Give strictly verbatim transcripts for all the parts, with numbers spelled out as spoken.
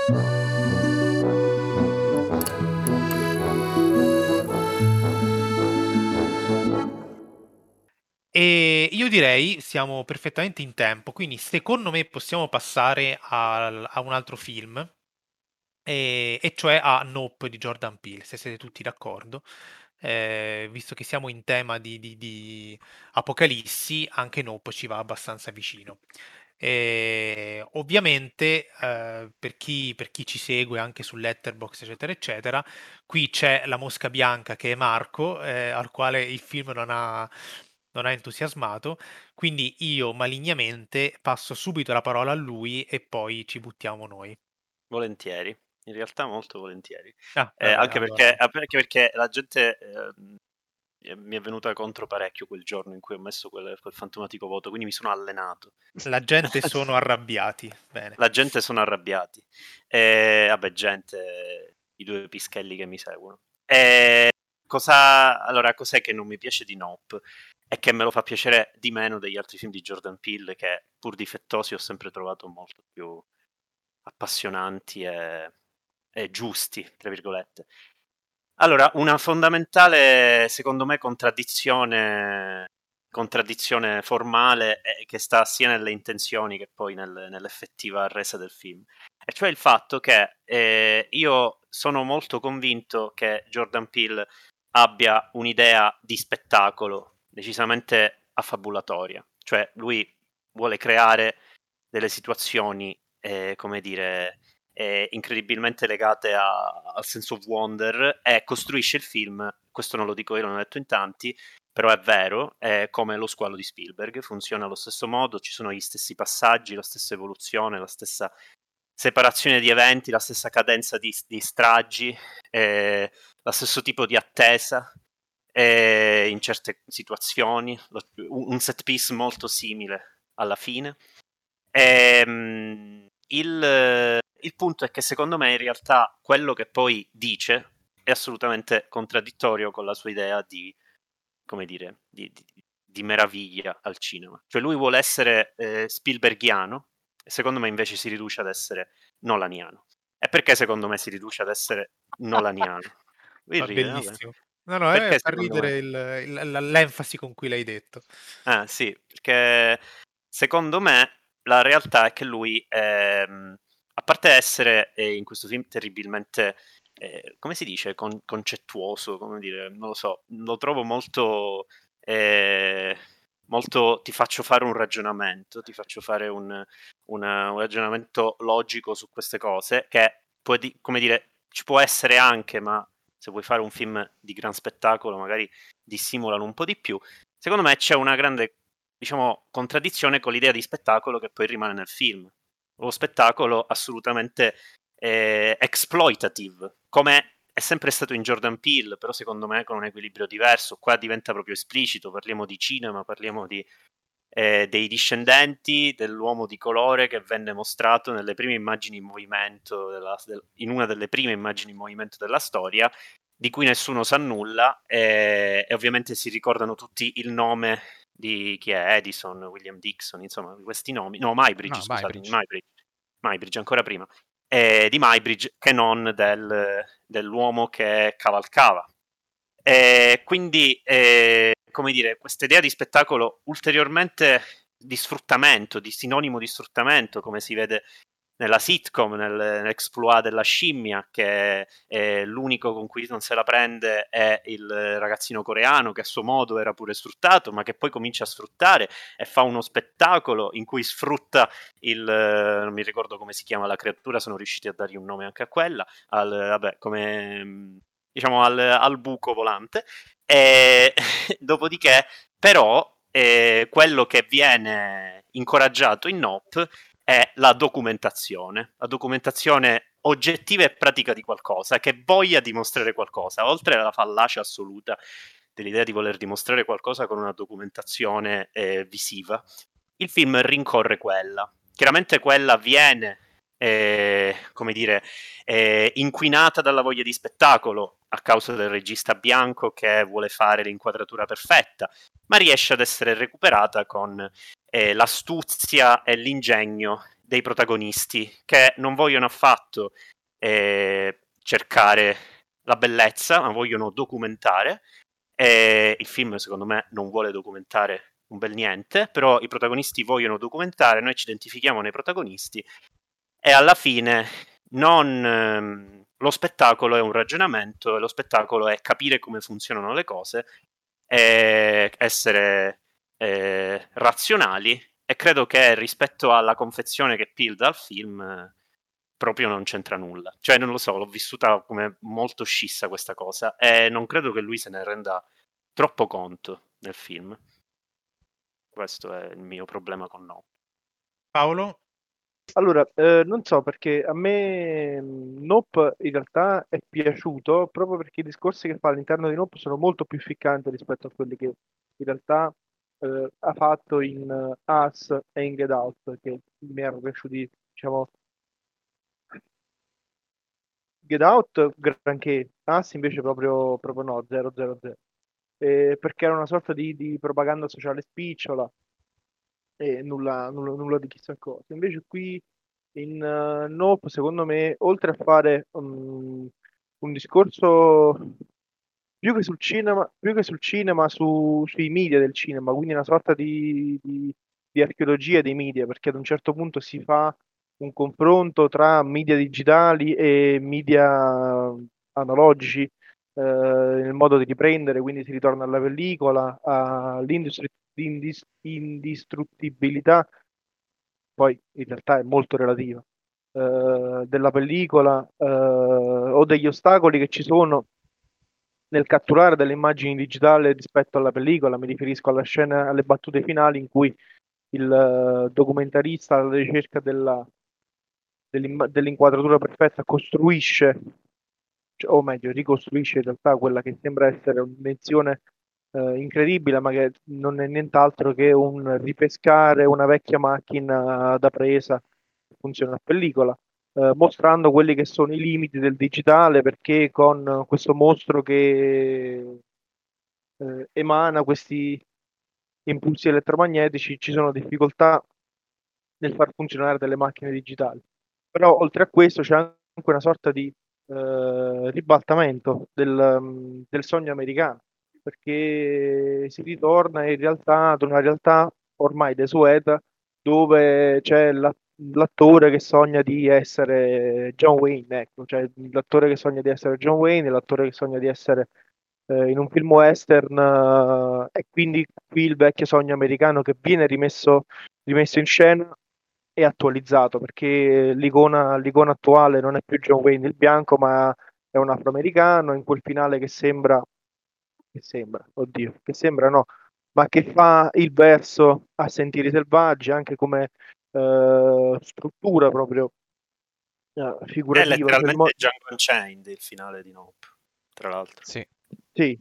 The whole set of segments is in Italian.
E io direi siamo perfettamente in tempo, quindi secondo me possiamo passare al- a un altro film, e, e cioè a Nope di Jordan Peele, se siete tutti d'accordo. Eh, visto che siamo in tema di, di- di Apocalissi, anche Nope ci va abbastanza vicino. E ovviamente, eh, per chi, per chi ci segue anche su Letterboxd, eccetera, eccetera, qui c'è la mosca bianca che è Marco, eh, al quale il film non ha, non ha entusiasmato. Quindi io malignamente passo subito la parola a lui e poi ci buttiamo noi. Volentieri, in realtà molto volentieri. Ah, Eh, vabbè, anche perché, allora anche perché la gente ehm, eh, mi è venuta contro parecchio quel giorno in cui ho messo quel, quel fantomatico voto, quindi mi sono allenato. la gente sono arrabbiati. Bene. La gente sono arrabbiati. E, vabbè, gente, i due pischelli che mi seguono. E cosa, allora, cos'è che non mi piace di Nope? E che me lo fa piacere di meno degli altri film di Jordan Peele, che pur difettosi ho sempre trovato molto più appassionanti e, e giusti, tra virgolette. Allora, una fondamentale, secondo me, contraddizione, contraddizione formale eh, che sta sia nelle intenzioni che poi nel- nell'effettiva resa del film. E cioè il fatto che eh, io sono molto convinto che Jordan Peele abbia un'idea di spettacolo decisamente affabulatoria. Cioè lui vuole creare delle situazioni, eh, come dire, eh, incredibilmente legate a- al sense of wonder e costruisce il film, questo non lo dico io, l'hanno detto in tanti, però è vero, è come lo squalo di Spielberg, funziona allo stesso modo, ci sono gli stessi passaggi, la stessa evoluzione, la stessa separazione di eventi, la stessa cadenza di, di stragi, eh, lo stesso tipo di attesa eh, in certe situazioni, lo- un set piece molto simile alla fine. Ehm, il, il punto è che secondo me in realtà quello che poi dice è assolutamente contraddittorio con la sua idea di, come dire, di, di- di meraviglia al cinema. Cioè lui vuole essere eh, Spielbergiano e secondo me invece si riduce ad essere nolaniano. E perché secondo me si riduce ad essere nolaniano? Lui Ma ride, vabbè. bellissimo. No, no, eh, Perché fa secondo me? ridere il- il- la- l'enfasi con cui l'hai detto. Ah, sì, perché secondo me la realtà è che lui, ehm, a parte essere eh, in questo film terribilmente, eh, come si dice, con- concettuoso, come dire, non lo so, lo trovo molto, eh, molto, ti faccio fare un ragionamento, ti faccio fare un, una- un ragionamento logico su queste cose, che può di- come dire, ci può essere anche, ma se vuoi fare un film di gran spettacolo magari dissimulano un po' di più. Secondo me c'è una grande, diciamo, contraddizione con l'idea di spettacolo che poi rimane nel film. Lo spettacolo assolutamente eh, exploitative, come è sempre stato in Jordan Peele, però secondo me con un equilibrio diverso. Qua diventa proprio esplicito, parliamo di cinema, parliamo di, eh, dei discendenti dell'uomo di colore che venne mostrato nelle prime immagini in movimento, della, del, in una delle prime immagini in movimento della storia, di cui nessuno sa nulla e, e ovviamente si ricordano tutti il nome di chi è Edison, William Dixon, insomma, questi nomi. No, Mybridge, No, scusatemi, Muybridge. Mybridge, Mybridge ancora prima. Eh, di Mybridge che non del, dell'uomo che cavalcava. E quindi, eh, come dire, questa idea di spettacolo ulteriormente di sfruttamento, di sinonimo di sfruttamento, come si vede nella sitcom, nel, nell'exploit della scimmia, che è l'unico con cui non se la prende è il ragazzino coreano, che a suo modo era pure sfruttato, ma che poi comincia a sfruttare e fa uno spettacolo in cui sfrutta il, non mi ricordo come si chiama la creatura, sono riusciti a dargli un nome anche a quella, al, vabbè, come diciamo al, al buco volante. E dopodiché, però, eh, quello che viene incoraggiato in Nope è la documentazione, la documentazione oggettiva e pratica di qualcosa, che voglia dimostrare qualcosa, oltre alla fallacia assoluta dell'idea di voler dimostrare qualcosa con una documentazione eh, visiva. Il film rincorre quella. Chiaramente quella viene, eh, come dire, eh, inquinata dalla voglia di spettacolo a causa del regista bianco che vuole fare l'inquadratura perfetta, ma riesce ad essere recuperata con eh, l'astuzia e l'ingegno dei protagonisti che non vogliono affatto eh, cercare la bellezza, ma vogliono documentare. E il film, secondo me, non vuole documentare un bel niente, però i protagonisti vogliono documentare, noi ci identifichiamo nei protagonisti e alla fine non, ehm, lo spettacolo è un ragionamento e lo spettacolo è capire come funzionano le cose e essere eh, razionali, e credo che rispetto alla confezione che Peele dà al film eh, proprio non c'entra nulla. Cioè, non lo so, l'ho vissuta come molto scissa questa cosa e non credo che lui se ne renda troppo conto nel film. Questo è il mio problema con No. Paolo? Allora, eh, non so perché a me mh, Nope in realtà è piaciuto proprio perché i discorsi che fa all'interno di Nope sono molto più ficcanti rispetto a quelli che in realtà eh, ha fatto in uh, Us e in Get Out, che mi erano piaciuti, diciamo, Get Out granché, Us invece proprio, proprio no, zero zero zero. Eh, perché era una sorta di, di propaganda sociale spicciola e nulla, nulla, nulla di chissà cosa. Invece qui in uh, Nope, secondo me, oltre a fare um, un discorso più che sul cinema, più che sul cinema, su- sui media del cinema, quindi una sorta di, di- di archeologia dei media, perché ad un certo punto si fa un confronto tra media digitali e media analogici, eh, nel modo di riprendere, quindi si ritorna alla pellicola, all'indistruttibilità, poi in realtà è molto relativa, eh, della pellicola, eh, o degli ostacoli che ci sono nel catturare delle immagini digitali rispetto alla pellicola. Mi riferisco alla scena, alle battute finali in cui il eh, documentarista alla ricerca della, dell'imma- dell'inquadratura perfetta costruisce, cioè, o meglio, ricostruisce in realtà quella che sembra essere un'invenzione eh, incredibile, ma che non è nient'altro che un ripescare una vecchia macchina da presa che funziona a pellicola, eh, mostrando quelli che sono i limiti del digitale, perché con questo mostro che eh, emana questi impulsi elettromagnetici ci sono difficoltà nel far funzionare delle macchine digitali. Però oltre a questo c'è anche una sorta di eh, ribaltamento del, mm, del sogno americano, perché si ritorna in realtà ad una realtà ormai desueta dove c'è la- l'attore che sogna di essere John Wayne, ecco, cioè l'attore che sogna di essere John Wayne, l'attore che sogna di essere eh, in un film western, eh, e quindi qui il vecchio sogno americano che viene rimesso, rimesso in scena e attualizzato, perché l'icona, l'icona attuale non è più John Wayne il bianco, ma è un afroamericano in quel finale che sembra, che sembra, oddio, che sembra no, ma che fa il verso a Sentieri Selvaggi, anche come eh, struttura proprio eh, È figurativa, cioè il mo- letteralmente Django Unchained il finale di Nope, tra l'altro. Sì. sì.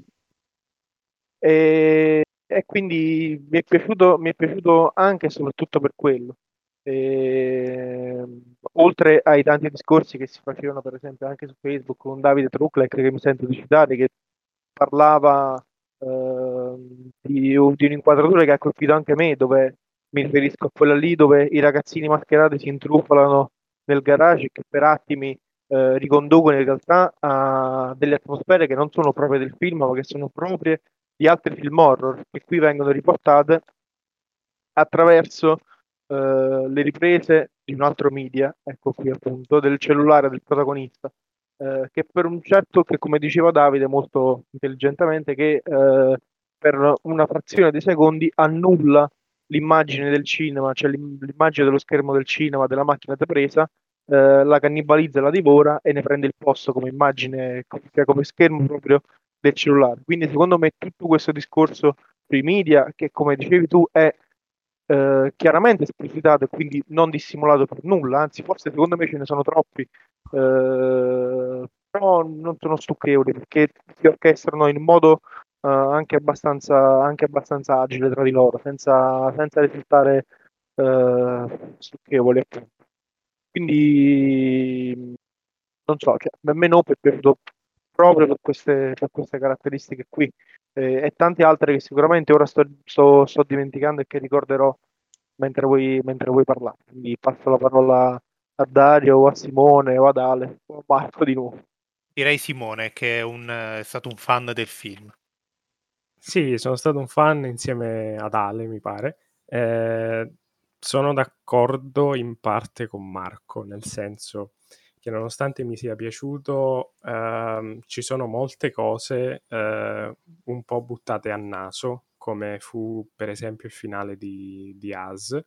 E, e quindi mi è piaciuto, mi è piaciuto anche e soprattutto per quello. E, oltre ai tanti discorsi che si facevano, per esempio, anche su Facebook con Davide Truclec, che mi sento di citare, che parlava ehm, di, un- di un'inquadratura che ha colpito anche me, dove mi riferisco a quella lì dove i ragazzini mascherati si intrufolano nel garage e che per attimi eh, riconducono in realtà a delle atmosfere che non sono proprie del film, ma che sono proprie di altri film horror, che qui vengono riportate attraverso eh, le riprese di un altro media, ecco qui appunto, del cellulare del protagonista, eh, che per un certo, che come diceva Davide molto intelligentemente, che eh, per una frazione di secondi annulla l'immagine del cinema, cioè l'im- l'immagine dello schermo del cinema, della macchina da presa, eh, la cannibalizza, la divora e ne prende il posto come immagine, cioè come schermo proprio del cellulare. Quindi secondo me tutto questo discorso sui media, che come dicevi tu è eh, chiaramente esplicitato e quindi non dissimulato per nulla, anzi forse secondo me ce ne sono troppi, eh, però non sono stucchevoli perché si orchestrano in modo eh, anche abbastanza, anche abbastanza agile tra di loro, senza, senza risultare eh, stucchevoli, appunto. Quindi non so, cioè, a me Nope è piaciuto proprio per queste, per queste caratteristiche qui, eh, e tante altre che sicuramente ora sto, sto, sto dimenticando e che ricorderò mentre voi, mentre voi parlate. Quindi passo la parola a Dario o a Simone o ad Ale o a Marco di nuovo. Direi Simone, che è, un, è stato un fan del film. Sì, sono stato un fan insieme ad Ale, mi pare. Eh, sono d'accordo in parte con Marco, nel senso che nonostante mi sia piaciuto, ehm, ci sono molte cose eh, un po' buttate a naso, come fu per esempio il finale di, di Us.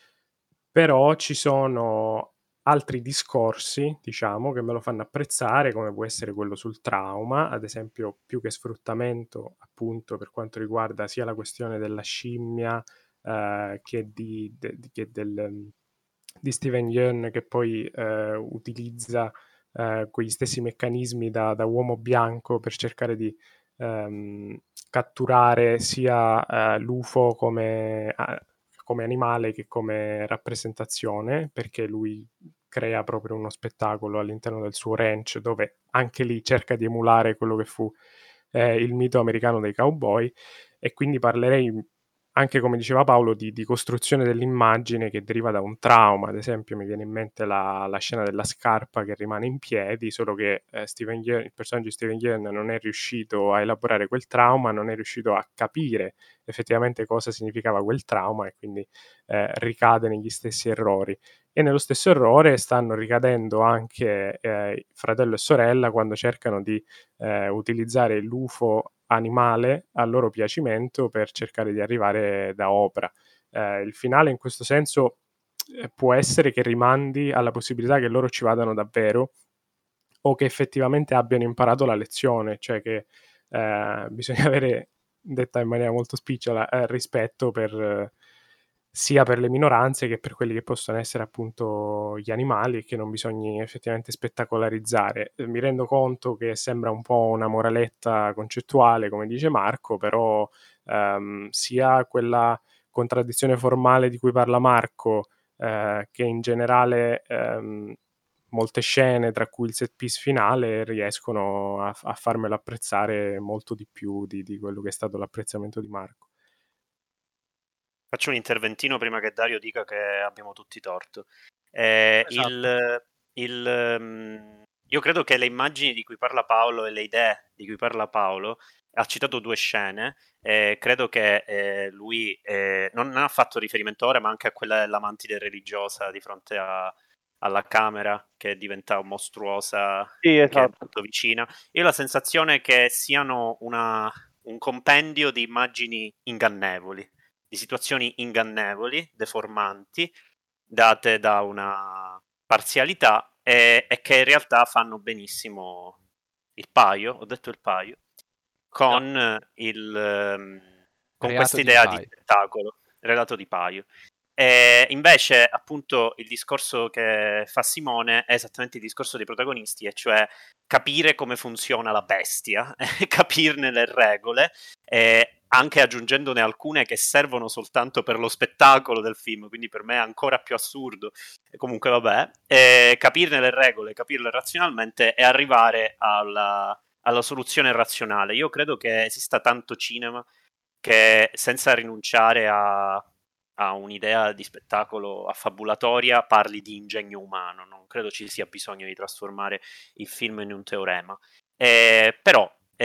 Però ci sono altri discorsi, diciamo, che me lo fanno apprezzare, come può essere quello sul trauma, ad esempio, più che sfruttamento, appunto, per quanto riguarda sia la questione della scimmia eh, che, di, de, che del, di Steven Yeun, che poi eh, utilizza eh, quegli stessi meccanismi da, da uomo bianco per cercare di ehm, catturare sia eh, l'U F O come... Eh, come animale che come rappresentazione, perché lui crea proprio uno spettacolo all'interno del suo ranch, dove anche lì cerca di emulare quello che fu eh, il mito americano dei cowboy, e quindi parlerei anche, come diceva Paolo, di, di costruzione dell'immagine che deriva da un trauma. Ad esempio mi viene in mente la, la scena della scarpa che rimane in piedi, solo che eh, Steven Yeun, il personaggio di Steven Yeun non è riuscito a elaborare quel trauma, non è riuscito a capire effettivamente cosa significava quel trauma, e quindi eh, ricade negli stessi errori. E nello stesso errore stanno ricadendo anche eh, fratello e sorella quando cercano di eh, utilizzare l'U F O animale a loro piacimento per cercare di arrivare da Oprah. Eh, il finale in questo senso eh, può essere che rimandi alla possibilità che loro ci vadano davvero, o che effettivamente abbiano imparato la lezione, cioè che eh, bisogna avere, detta in maniera molto spicciola, eh, rispetto per eh, sia per le minoranze che per quelli che possono essere appunto gli animali, e che non bisogna effettivamente spettacolarizzare. Eh, mi rendo conto che sembra un po' una moraletta concettuale, come dice Marco, però ehm, sia quella contraddizione formale di cui parla Marco, eh, che in generale ehm, molte scene, tra cui il set piece finale, riescono a, a farmelo apprezzare molto di più di, di quello che è stato l'apprezzamento di Marco. Faccio un interventino prima che Dario dica che abbiamo tutti torto. Eh, Esatto. il, il, um, io credo che le immagini di cui parla Paolo e le idee di cui parla Paolo, ha citato due scene, eh, credo che eh, lui eh, non, non ha fatto riferimento ora, ma anche a quella dell'amantide religiosa di fronte a, alla camera che diventa mostruosa, Sì, che è esatto. molto vicina. Io ho la sensazione che siano una, un compendio di immagini ingannevoli, di situazioni ingannevoli, deformanti, date da una parzialità, e, e che in realtà fanno benissimo il paio, ho detto il paio, con No. il ehm, con Reato questa di idea di paio. spettacolo, relato di paio. E invece, appunto, il discorso che fa Simone è esattamente il discorso dei protagonisti, e cioè capire come funziona la bestia, capirne le regole, e anche aggiungendone alcune che servono soltanto per lo spettacolo del film, quindi per me è ancora più assurdo. E comunque vabbè, e capirne le regole, capirle razionalmente e arrivare alla, alla soluzione razionale. Io credo che esista tanto cinema che, senza rinunciare a, a un'idea di spettacolo affabulatoria, parli di ingegno umano. Non credo ci sia bisogno di trasformare il film in un teorema. Eh, però,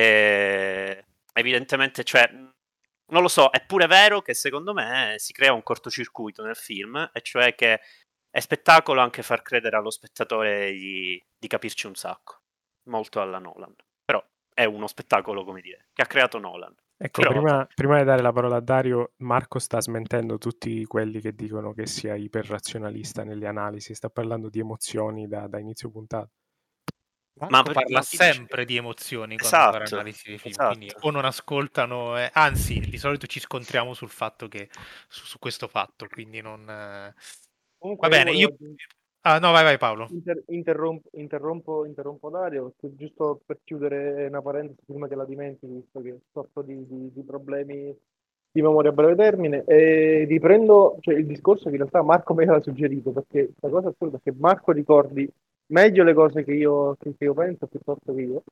eh, evidentemente, cioè, non lo so, è pure vero che secondo me si crea un cortocircuito nel film, e cioè che è spettacolo anche far credere allo spettatore di, di capirci un sacco, molto alla Nolan. Però è uno spettacolo, come dire, che ha creato Nolan. Ecco, Però, prima, prima di dare la parola a Dario, Marco sta smentendo tutti quelli che dicono che sia iperrazionalista nelle analisi, sta parlando di emozioni da, da inizio puntata. Marco per- parla chi dice- sempre di emozioni quando fa Esatto, analisi dei film, esatto. quindi o non ascoltano, eh, anzi, di solito ci scontriamo sul fatto che su, su questo fatto, quindi non eh. Comunque Va io bene, volevo io aggiungere- ah, no, vai vai Paolo. Inter- interrompo, interrompo, interrompo Dario, perché giusto per chiudere una parentesi prima che la dimentichi, visto che soffro di, di- di problemi di memoria a breve termine, e riprendo, cioè, il discorso che in realtà Marco mi aveva suggerito, perché la cosa assurda è che Marco ricordi meglio le cose che io, che io penso piuttosto che io.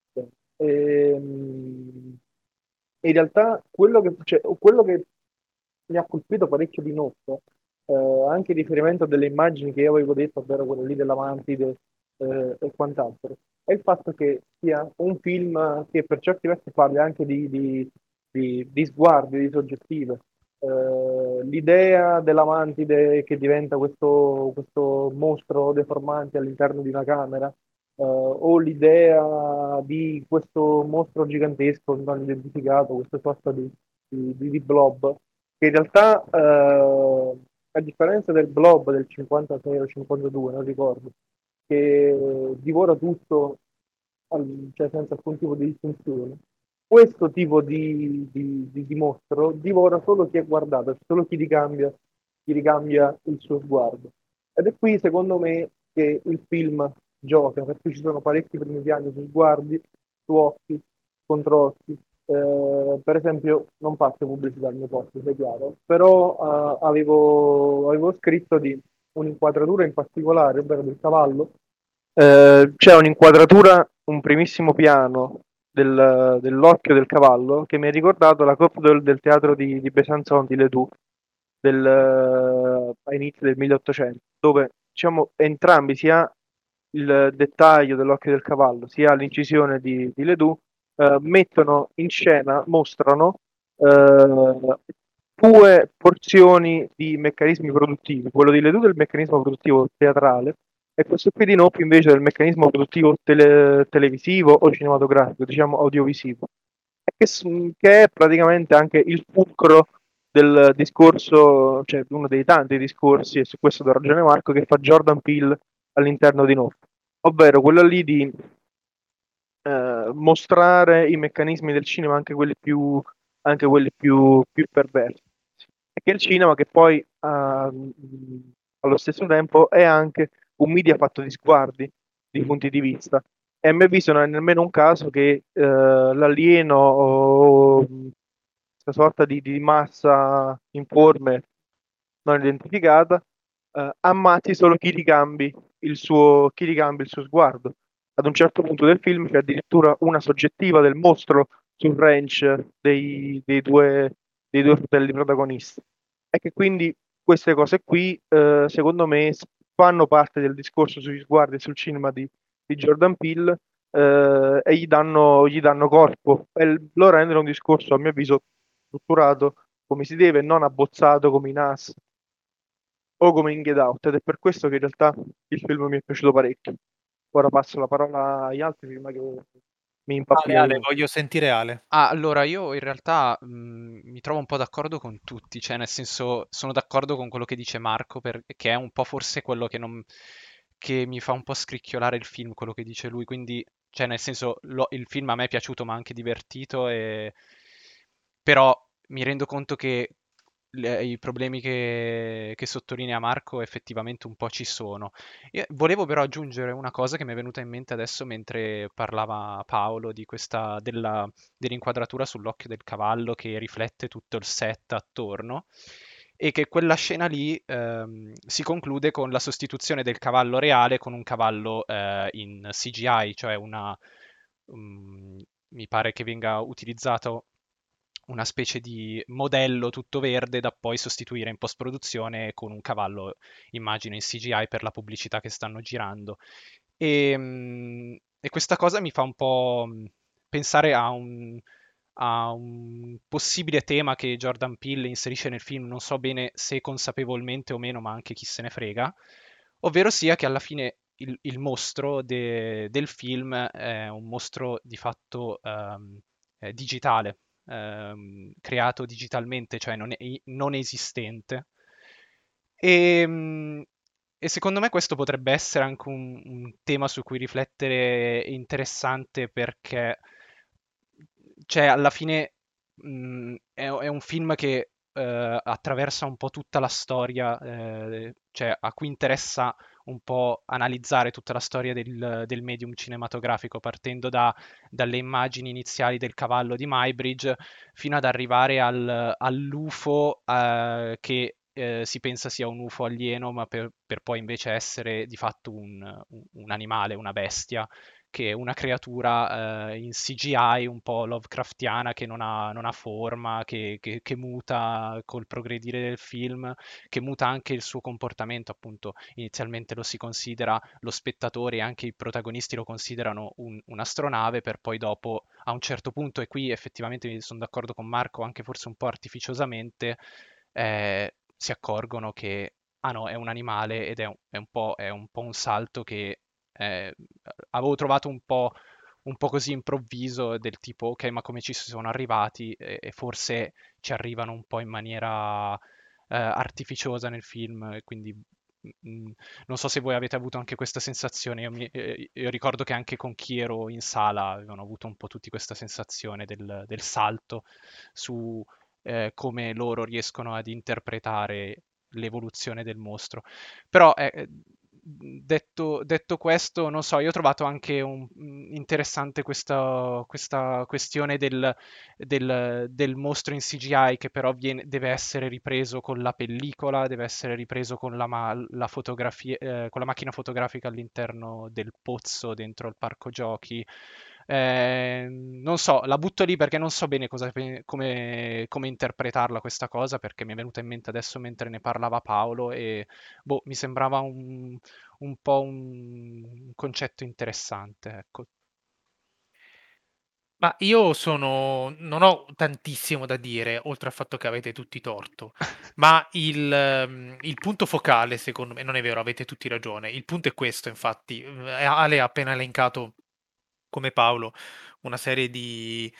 Ehm, in realtà quello che, cioè, quello che mi ha colpito parecchio di Notte eh, anche in riferimento a delle immagini che io avevo detto, ovvero quelle lì della Mantide eh, e quant'altro, è il fatto che sia un film che per certi versi parla anche di, di, di, di sguardi, di soggettive. Eh, l'idea della Mantide che diventa questo, questo mostro deformante all'interno di una camera, eh, o l'idea di questo mostro gigantesco non identificato, questa sorta di, di, di- di blob, che in realtà, eh, a differenza del blob del cinquantasei o cinquantadue, non ricordo, che divora tutto, al- cioè senza alcun tipo di distinzione, questo tipo di, di- di- di mostro divora solo chi è guardato, solo chi ricambia, chi ricambia il suo sguardo. Ed è qui, secondo me, che il film gioca, perché ci sono parecchi primi piani su sguardi, su occhi, contro occhi. Eh, per esempio, non faccio pubblicità al mio posto, sia chiaro, però eh, avevo, avevo scritto di un'inquadratura in particolare, ovvero del cavallo. Eh, c'è un'inquadratura, un primissimo piano del- dell'occhio del cavallo che mi ha ricordato la Coupe del, del teatro di, di Besançon di Ledoux del, eh, a inizio del milleottocento, dove diciamo entrambi, sia il dettaglio dell'occhio del cavallo sia l'incisione di, di Ledoux, eh, mettono in scena, mostrano eh, due porzioni di meccanismi produttivi, quello di Ledoux del meccanismo produttivo teatrale e questo qui di Nope invece del meccanismo produttivo tele- televisivo o cinematografico, diciamo audiovisivo, e che, s- che è praticamente anche il fulcro del discorso, cioè uno dei tanti discorsi, e su questo do ragione Marco, che fa Jordan Peele all'interno di Nope, ovvero quello lì di eh, mostrare i meccanismi del cinema, anche quelli più, anche quelli più, più perversi. E che il cinema, che poi ah, mh, allo stesso tempo è anche un media fatto di sguardi, di punti di vista. E a mio avviso non è nemmeno un caso che eh, l'alieno o questa sorta di, di massa informe non identificata eh, ammazzi solo chi ricambi il suo, chi ricambi il suo sguardo. Ad un certo punto del film c'è addirittura una soggettiva del mostro sul ranch dei, dei due, dei due fratelli protagonisti. E che quindi queste cose qui, eh, secondo me, fanno parte del discorso sugli sguardi e sul cinema di, di Jordan Peele eh, e gli danno, gli danno corpo e lo rendono un discorso, a mio avviso, strutturato come si deve, non abbozzato come in Us o come in Get Out, ed è per questo che in realtà il film mi è piaciuto parecchio. Ora passo la parola agli altri prima che mi Ale, impappino di Ale, nuovo. voglio sentire Ale. Ah, allora io in realtà mh, mi trovo un po' d'accordo con tutti, cioè nel senso sono d'accordo con quello che dice Marco, per- che è un po' forse quello che, non, che mi fa un po' scricchiolare il film, quello che dice lui, quindi cioè nel senso lo- il film a me è piaciuto ma anche divertito, e... però mi rendo conto che le- i problemi che, che sottolinea Marco effettivamente un po' ci sono. Io volevo però aggiungere una cosa che mi è venuta in mente adesso mentre parlava Paolo di questa, della, dell'inquadratura sull'occhio del cavallo che riflette tutto il set attorno, e che quella scena lì ehm, si conclude con la sostituzione del cavallo reale con un cavallo eh, in C G I, cioè una, mm, mi pare che venga utilizzato una specie di modello tutto verde da poi sostituire in post-produzione con un cavallo, immagino, in C G I per la pubblicità che stanno girando. E, mm, e questa cosa mi fa un po' mm, pensare a un, a un possibile tema che Jordan Peele inserisce nel film, non so bene se consapevolmente o meno, ma anche chi se ne frega, ovvero sia che alla fine il, il mostro de- del film è un mostro di fatto ehm, eh, digitale, ehm, creato digitalmente, cioè non, è, non esistente. E, mm, e secondo me questo potrebbe essere anche un, un tema su cui riflettere interessante, perché cioè, alla fine mh, è, è un film che eh, attraversa un po' tutta la storia, eh, cioè a cui interessa un po' analizzare tutta la storia del, del medium cinematografico, partendo da- dalle immagini iniziali del cavallo di Muybridge fino ad arrivare al, all'U F O eh, che eh, si pensa sia un U F O alieno, ma per, per poi invece essere di fatto un, un- un animale, una bestia, che è una creatura eh, in C G I un po' Lovecraftiana, che non ha, non ha forma, che, che- che muta col progredire del film, che muta anche il suo comportamento, appunto. Inizialmente lo si considera, lo spettatore e anche i protagonisti lo considerano un- un'astronave, per poi dopo, a un certo punto, e qui effettivamente sono d'accordo con Marco, anche forse un po' artificiosamente, eh, si accorgono che, ah no, è un animale, ed è un, è un po', è un po' un salto che eh, avevo trovato un po', un po' così improvviso, del tipo, ok, ma come ci sono arrivati? E, e forse ci arrivano un po' in maniera eh, artificiosa nel film, e quindi mm, non so se voi avete avuto anche questa sensazione. Io, mi- eh, io ricordo che anche con chi ero in sala avevano avuto un po' tutti questa sensazione del, del salto su eh, come loro riescono ad interpretare l'evoluzione del mostro. Però, eh, detto, detto questo, non so, io ho trovato anche un- interessante questa, questa questione del, del, del mostro in C G I, che però viene- deve essere ripreso con la pellicola, deve essere ripreso con la, ma- la fotografia, eh, con la macchina fotografica all'interno del pozzo dentro il parco giochi. Eh, non so, la butto lì perché non so bene cosa pe- come, come interpretarla questa cosa, perché mi è venuta in mente adesso mentre ne parlava Paolo, e boh, mi sembrava un, un po' un, un concetto interessante, ecco. Ma io sono, non ho tantissimo da dire, oltre al fatto che avete tutti torto, ma il, ehm, il punto focale, secondo me, non è vero, avete tutti ragione, il punto è questo, infatti. Eh, Ale ha appena elencato, come Paolo, una serie di,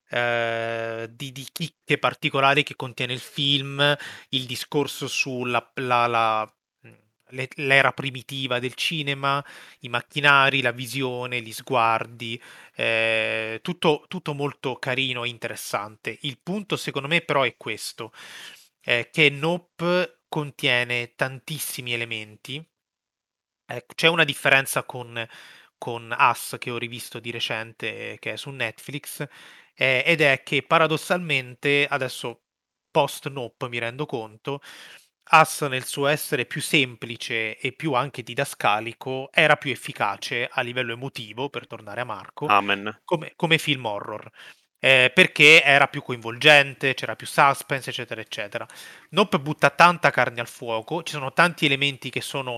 eh, di, di chicche particolari che contiene il film, il discorso sulla la- la- le- l'era primitiva del cinema, i macchinari, la visione, gli sguardi, eh, tutto, tutto molto carino e interessante. Il punto, secondo me, però, è questo, eh, che Nope contiene tantissimi elementi. Ecco, c'è una differenza con, con Us che ho rivisto di recente, che è su Netflix, eh, ed è che paradossalmente, adesso post Nope mi rendo conto, Us nel suo essere più semplice e più anche didascalico era più efficace a livello emotivo, per tornare a Marco, Amen. come, come film horror. Eh, perché era più coinvolgente, c'era più suspense, eccetera, eccetera. Nope butta tanta carne al fuoco, ci sono tanti elementi che sono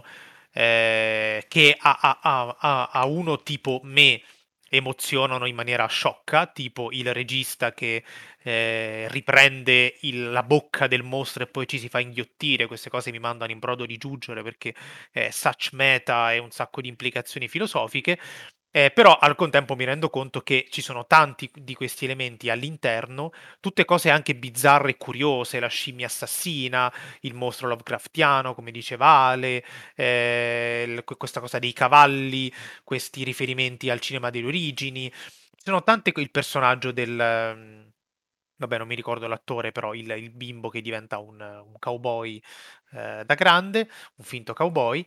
eh, che a, a- a- a- a uno tipo me emozionano in maniera sciocca, tipo il regista che eh, riprende il- la bocca del mostro e poi ci si fa inghiottire. Queste cose mi mandano in brodo di giuggiole perché eh, such meta e un sacco di implicazioni filosofiche. Eh, però al contempo mi rendo conto che ci sono tanti di questi elementi all'interno, tutte cose anche bizzarre e curiose, la scimmia assassina, il mostro Lovecraftiano, come diceva Ale, eh, il- questa cosa dei cavalli, questi riferimenti al cinema delle origini. Ci sono tante, il personaggio del... ehm, Vabbè, non mi ricordo l'attore, però il, il bimbo che diventa un, un cowboy eh, da grande, un finto cowboy.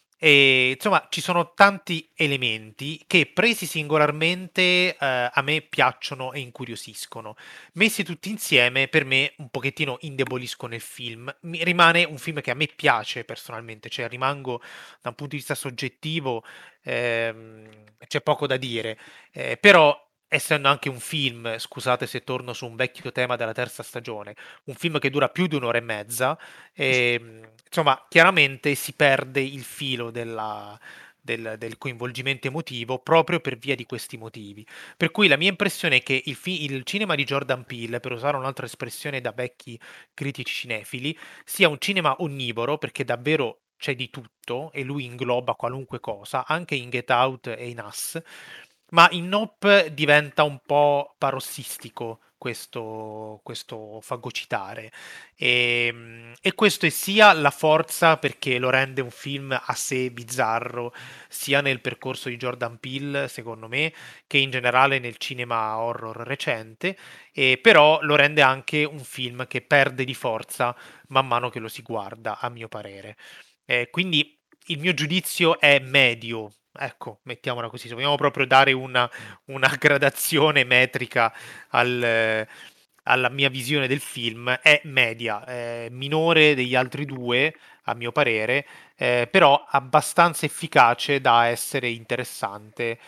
E insomma, ci sono tanti elementi che presi singolarmente eh, a me piacciono e incuriosiscono. Messi tutti insieme, per me un pochettino indeboliscono il film. Mi rimane un film che a me piace personalmente, cioè rimango da un punto di vista soggettivo, ehm, c'è poco da dire. Eh, però essendo anche un film, scusate se torno su un vecchio tema della terza stagione, un film che dura più di un'ora e mezza, e, insomma, chiaramente si perde il filo della- del, del coinvolgimento emotivo proprio per via di questi motivi. Per cui la mia impressione è che il, fi- il cinema di Jordan Peele, per usare un'altra espressione da vecchi critici cinefili, sia un cinema onnivoro perché davvero c'è di tutto e lui ingloba qualunque cosa, anche in Get Out e in Us, ma in Nope diventa un po' parossistico questo, questo fagocitare. E, e questo è sia la forza perché lo rende un film a sé bizzarro, sia nel percorso di Jordan Peele, secondo me, che in generale nel cinema horror recente, e però lo rende anche un film che perde di forza man mano che lo si guarda, a mio parere. Eh, quindi il mio giudizio è medio. Ecco, mettiamola così, se vogliamo proprio dare una, una gradazione metrica al, alla mia visione del film, è media, è minore degli altri due, a mio parere, eh, però abbastanza efficace da essere interessante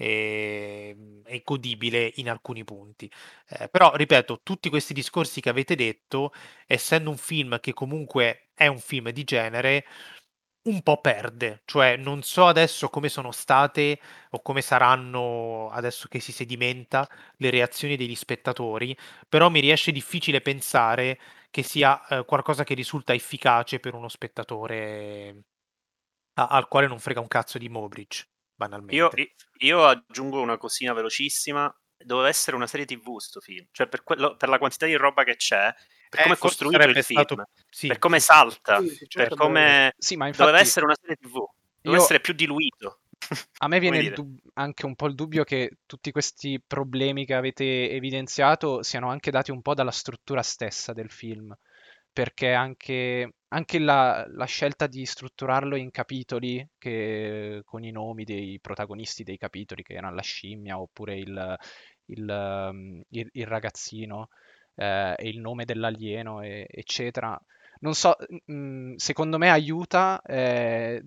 e, e godibile in alcuni punti. Eh, però, ripeto, tutti questi discorsi che avete detto, essendo un film che comunque è un film di genere, un po' perde, cioè non so adesso come sono state o come saranno adesso che si sedimenta le reazioni degli spettatori, però mi riesce difficile pensare che sia eh, qualcosa che risulta efficace per uno spettatore a- al quale non frega un cazzo di Mobridge, Io, banalmente. io aggiungo una cosina velocissima. Doveva essere una serie tivù sto film, cioè per, quello, per la quantità di roba che c'è, per Eh, come è forse costruito il sarebbe film, stato... Sì, per come sì, sì. salta, Sì, sì, per questo è vero. come Sì, ma doveva infatti essere una serie tivù, doveva io essere più diluito. a me viene Come il dire. dub- anche un po' il dubbio che tutti questi problemi che avete evidenziato siano anche dati un po' dalla struttura stessa del film, perché anche, anche la, la scelta di strutturarlo in capitoli che- con i nomi dei protagonisti dei capitoli, che erano la scimmia oppure il, il, um, il- il ragazzino eh, e il nome dell'alieno, e- eccetera. Non so, mh, secondo me aiuta, eh,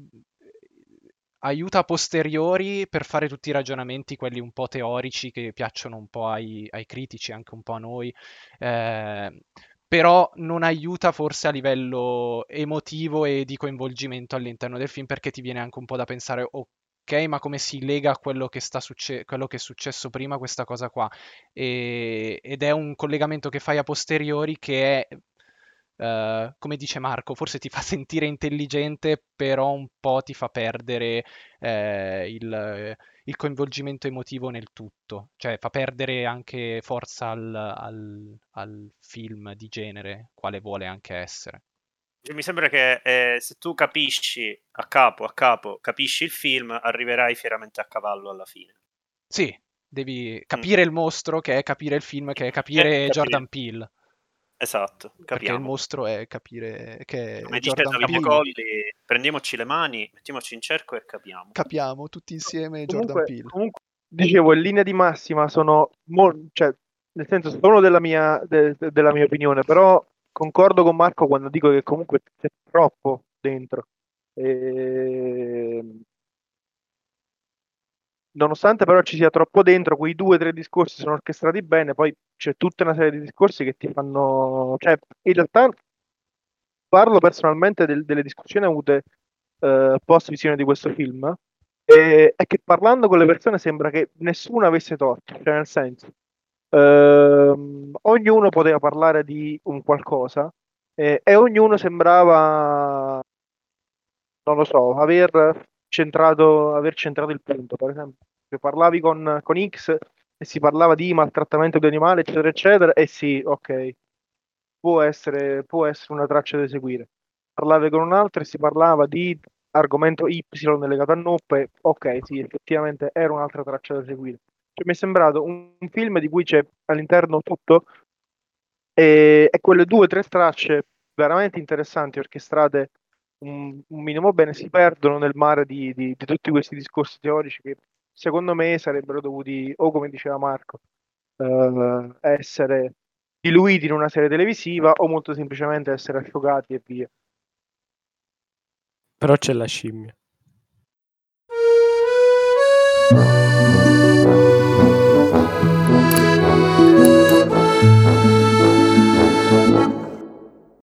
aiuta a posteriori per fare tutti i ragionamenti, quelli un po' teorici che piacciono un po' ai, ai critici, anche un po' a noi, eh, però non aiuta forse a livello emotivo e di coinvolgimento all'interno del film, perché ti viene anche un po' da pensare, ok, ma come si lega a quello che, sta succe- quello che è successo prima, questa cosa qua? E- ed è un collegamento che fai a posteriori che è, eh, come dice Marco, forse ti fa sentire intelligente, però un po' ti fa perdere eh, il, il coinvolgimento emotivo nel tutto, cioè fa perdere anche forza al, al- al film di genere, quale vuole anche essere. Cioè, mi sembra che eh, se tu capisci a capo, a capo, capisci il film, arriverai fieramente a cavallo alla fine. Sì, devi Mm. capire il mostro, che è capire il film, che è Eh, capire capire- Jordan Peele, Esatto, perché il capiamo. mostro è capire che è Come dice Jordan Davide Peele. Colli, prendiamoci le mani, mettiamoci in cerco e capiamo. Capiamo tutti insieme Jordan Comunque, Peele. comunque, dicevo, in linea di massima sono, mo- cioè, nel senso, sono della mia, de- de- della mia opinione, però concordo con Marco quando dico che comunque c'è troppo dentro. E... Nonostante però ci sia troppo dentro, quei due o tre discorsi sono orchestrati bene, poi c'è tutta una serie di discorsi che ti fanno... Cioè, in realtà parlo personalmente del- delle discussioni avute eh, post visione di questo film, e, è che parlando con le persone sembra che nessuno avesse torto, cioè nel senso, ehm, ognuno poteva parlare di un qualcosa eh, e ognuno sembrava, non lo so, aver centrato, aver centrato il punto. Per esempio, se parlavi con, con X e si parlava di maltrattamento di animali, eccetera, eccetera, e sì, ok, può essere, può essere una traccia da seguire. Parlavi con un altro e si parlava di argomento Y legato a Noppe, ok, sì, effettivamente era un'altra traccia da seguire. Cioè, mi è sembrato un, un film di cui c'è all'interno tutto e, e quelle due o tre tracce veramente interessanti, orchestrate un, un minimo bene, si perdono nel mare di, di- di tutti questi discorsi teorici che secondo me sarebbero dovuti, o come diceva Marco, eh, essere diluiti in una serie televisiva o molto semplicemente essere asciugati e via. Però c'è la scimmia.